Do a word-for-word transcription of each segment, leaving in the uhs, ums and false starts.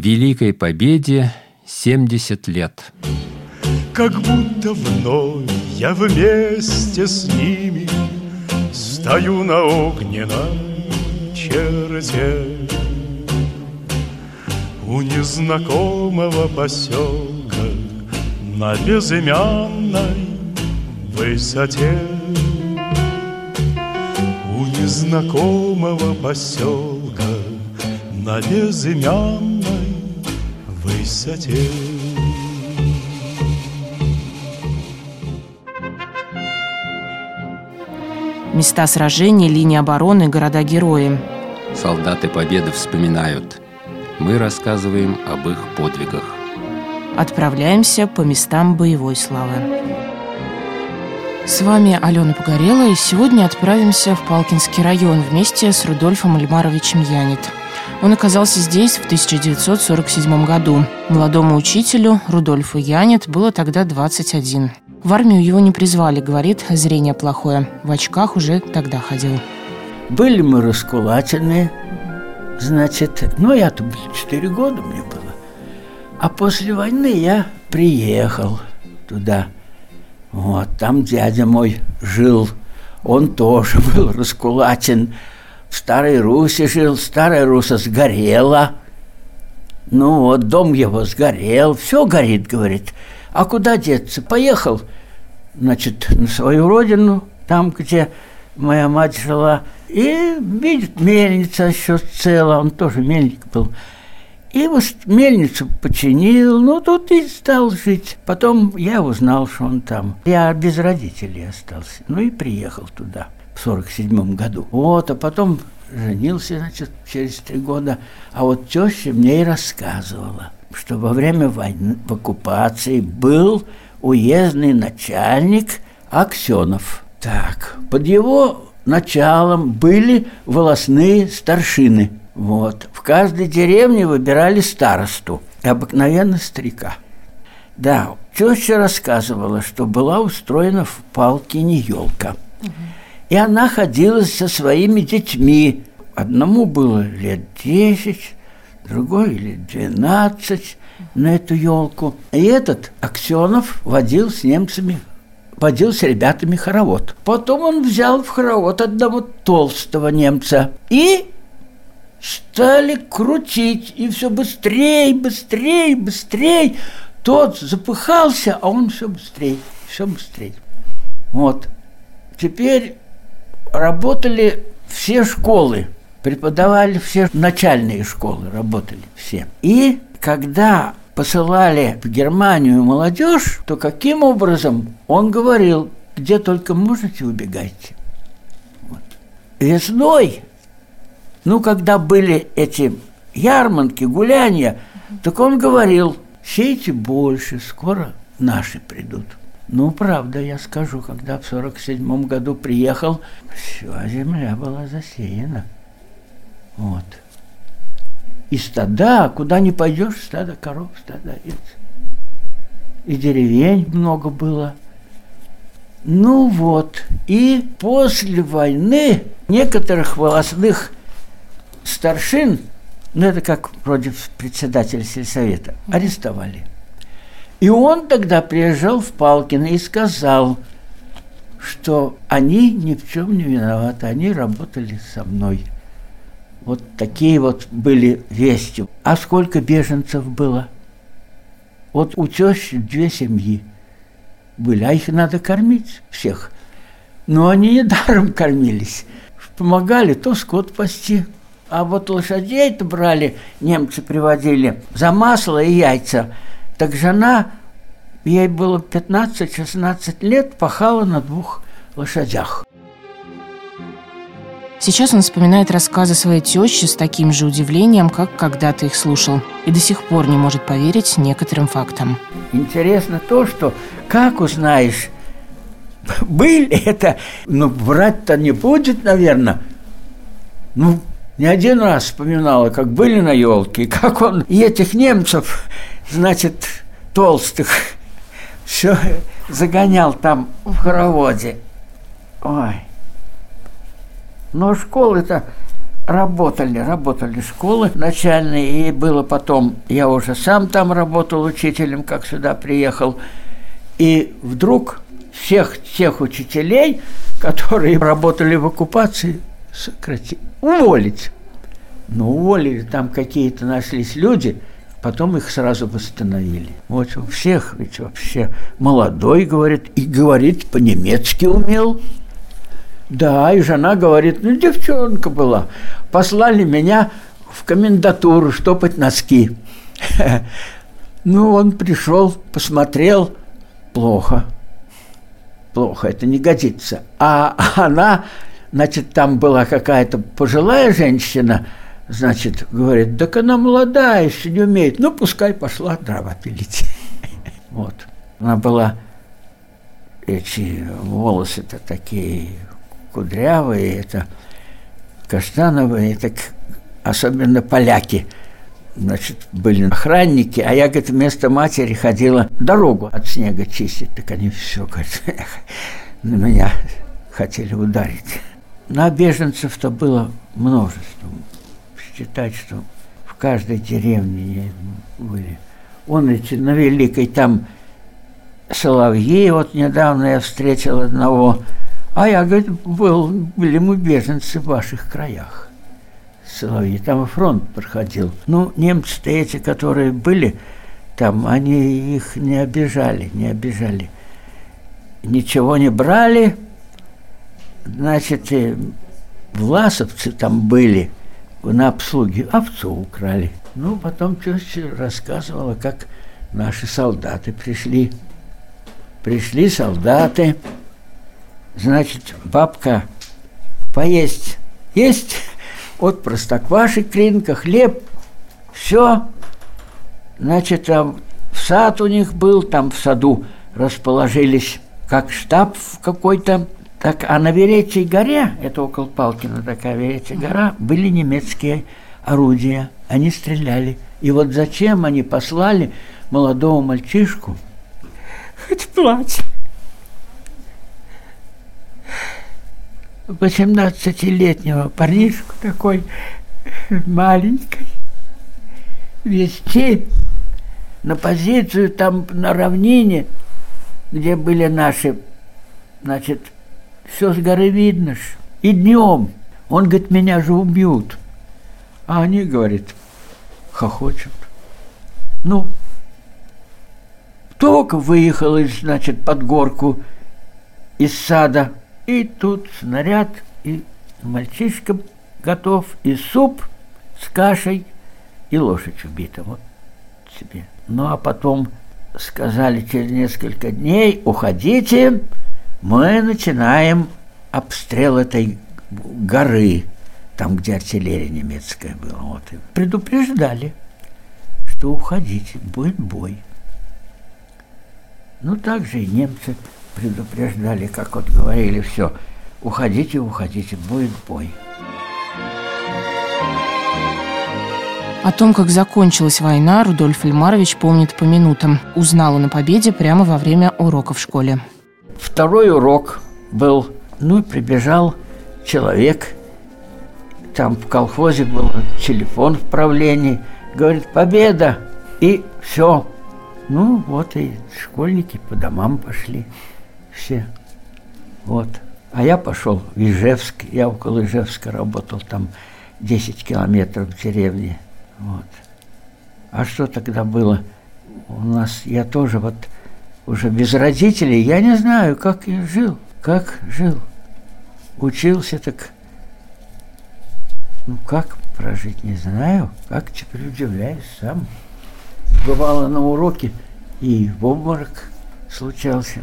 Великой Победе семьдесят лет. Как будто вновь я вместе с ними стою на огненной черте у незнакомого поселка на безымянной высоте. У незнакомого поселка на безымянной высоте. Места сражений, линии обороны, города-герои. Солдаты Победы вспоминают. Мы рассказываем об их подвигах. Отправляемся по местам боевой славы. С вами Алена Погорелова, и сегодня отправимся в Палкинский район вместе с Рудольфом Ильмаровичем Янит. Он оказался здесь в тысяча девятьсот сорок седьмом году. Молодому учителю Рудольфу Янит было тогда двадцать один. В армию его не призвали, говорит, зрение плохое. В очках уже тогда ходил. Были мы раскулачены, значит, ну, я-то четыре года мне было. А после войны я приехал туда. Вот, там дядя мой жил. Он тоже был раскулачен. В Старой Руси жил. Старая Русь сгорела. Ну вот, дом его сгорел. Все горит, говорит. А куда деться? Поехал, значит, на свою родину, там, где моя мать жила. И видит, мельница еще цела, он тоже мельник был. И вот мельницу починил, ну, тут и стал жить. Потом я узнал, что он там. Я без родителей остался. Ну, и приехал туда в сорок седьмом году. Вот, а потом женился, значит, через три года. А вот теща мне и рассказывала, что во время войны, в оккупации, был уездный начальник Аксенов. Так, под его началом были волостные старшины. Вот. В каждой деревне выбирали старосту, обыкновенно старика. Да, теща рассказывала, что была устроена в Палкине елка. Угу. И она ходила со своими детьми. Одному было лет десять, другой лет двенадцать на эту елку. И этот Аксенов водил с немцами, водил с ребятами хоровод. Потом он взял в хоровод одного толстого немца. И стали крутить. И все быстрее, быстрее, быстрее. Тот запыхался, а он все быстрее, все быстрее. Вот. Теперь работали все школы. Преподавали все начальные школы, работали все. И когда посылали в Германию молодежь, то каким образом? Он говорил, где только можете, убегайте. Вот. Весной, ну, когда были эти ярмарки, гуляния, так он говорил, сейте больше, скоро наши придут. Ну, правда, я скажу, когда в сорок седьмом году приехал, вся земля была засеяна. Вот. И стада, куда ни пойдешь, стадо коров, стадо овец. И деревень много было. Ну вот. И после войны некоторых волостных старшин, ну это как вроде председателя сельсовета, арестовали. И он тогда приезжал в Палкино и сказал, что они ни в чем не виноваты, они работали со мной. Вот такие вот были вести. А сколько беженцев было? Вот у тещи две семьи были, а их надо кормить всех. Но они недаром кормились. Помогали то скот пасти. А вот лошадей-то брали, немцы приводили за масло и яйца. Так жена, ей было пятнадцать-шестнадцать лет, пахала на двух лошадях. Сейчас он вспоминает рассказы своей тещи с таким же удивлением, как когда-то их слушал, и до сих пор не может поверить некоторым фактам. Интересно то, что, как узнаешь, были это, ну, врать-то не будет, наверное. Ну, не один раз вспоминала, как были на елке, как он и этих немцев, значит, толстых, все загонял там в хороводе. Ой. Но школы-то работали, работали школы начальные, и было потом, я уже сам там работал учителем, как сюда приехал, и вдруг всех тех учителей, которые работали в оккупации, сократить, уволить. Ну, уволили, там какие-то нашлись люди, потом их сразу восстановили. Вот у всех, ведь вообще молодой, говорит, и говорит по-немецки умел. Да, и жена говорит, ну, девчонка была. Послали меня в комендатуру штопать носки. Ну, он пришел, посмотрел, плохо. Плохо, это не годится. А она, значит, там была какая-то пожилая женщина, значит, говорит, так она молодая, еще не умеет. Ну, пускай пошла дрова пилить. Вот. Она была, эти волосы-то такие кудрявые, это каштановые, так особенно поляки, значит, были охранники, а я, говорит, вместо матери ходила дорогу от снега чистить, так они все, говорит, на меня хотели ударить. На беженцев-то было множество. Считать, что в каждой деревне были. Он эти на Великой там соловьи, вот недавно я встретил одного. А я, говорит, был, были мы беженцы в ваших краях. Соловьи, там и фронт проходил. Ну, немцы-то эти, которые были там, они их не обижали, не обижали. Ничего не брали. Значит, и власовцы там были на обслуге, овцу украли. Ну, потом теща рассказывала, как наши солдаты пришли. Пришли солдаты. Значит, бабка, поесть есть, от простокваши кринка, хлеб, все. Значит, там в сад у них был, там в саду расположились, как штаб какой-то. Так, а на Веретьей горе, это около Палкина такая Веретья гора, были немецкие орудия, они стреляли. И вот зачем они послали молодого мальчишку, хоть плачь, восемнадцатилетнего парнишку такой маленькой, вести на позицию там на равнине, где были наши, значит, все с горы видно ж, и днем. Он говорит, меня же убьют. А они, говорит, хохочут. Ну, только выехал, значит, под горку из сада, и тут снаряд, и мальчишка готов, и суп с кашей, и лошадь убита. Вот себе. Ну, а потом сказали через несколько дней, уходите, мы начинаем обстрел этой горы, там, где артиллерия немецкая была. Вот. И предупреждали, что уходите, будет бой. Ну, так же и немцы предупреждали, как вот говорили, все, уходите, уходите, будет бой. О том, как закончилась война, Рудольф Ильмарович помнит по минутам. Узнал он о победе прямо во время урока в школе. Второй урок был, ну, прибежал человек, там в колхозе был телефон в правлении, говорит, победа, и все. Ну, вот и школьники по домам пошли все. Вот. А я пошел в Ижевск, я около Ижевска работал, там десять километров в деревне. Вот. А что тогда было? У нас, я тоже вот уже без родителей, я не знаю, как я жил, как жил. Учился так, ну как прожить, не знаю, как теперь удивляюсь сам. Бывало на уроке и в обморок случался.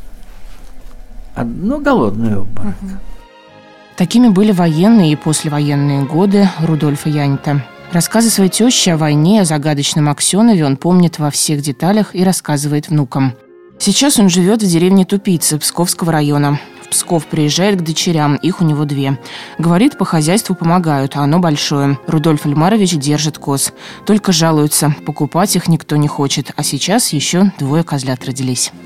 Ну, голодный обморок. Угу. Такими были военные и послевоенные годы Рудольфа Яньта. Рассказы своей тещи о войне, о загадочном Аксенове он помнит во всех деталях и рассказывает внукам. Сейчас он живет в деревне Тупицы Псковского района. В Псков приезжает к дочерям, их у него две. Говорит, по хозяйству помогают, а оно большое. Рудольф Ильмарович держит коз. Только жалуются, покупать их никто не хочет. А сейчас еще двое козлят родились.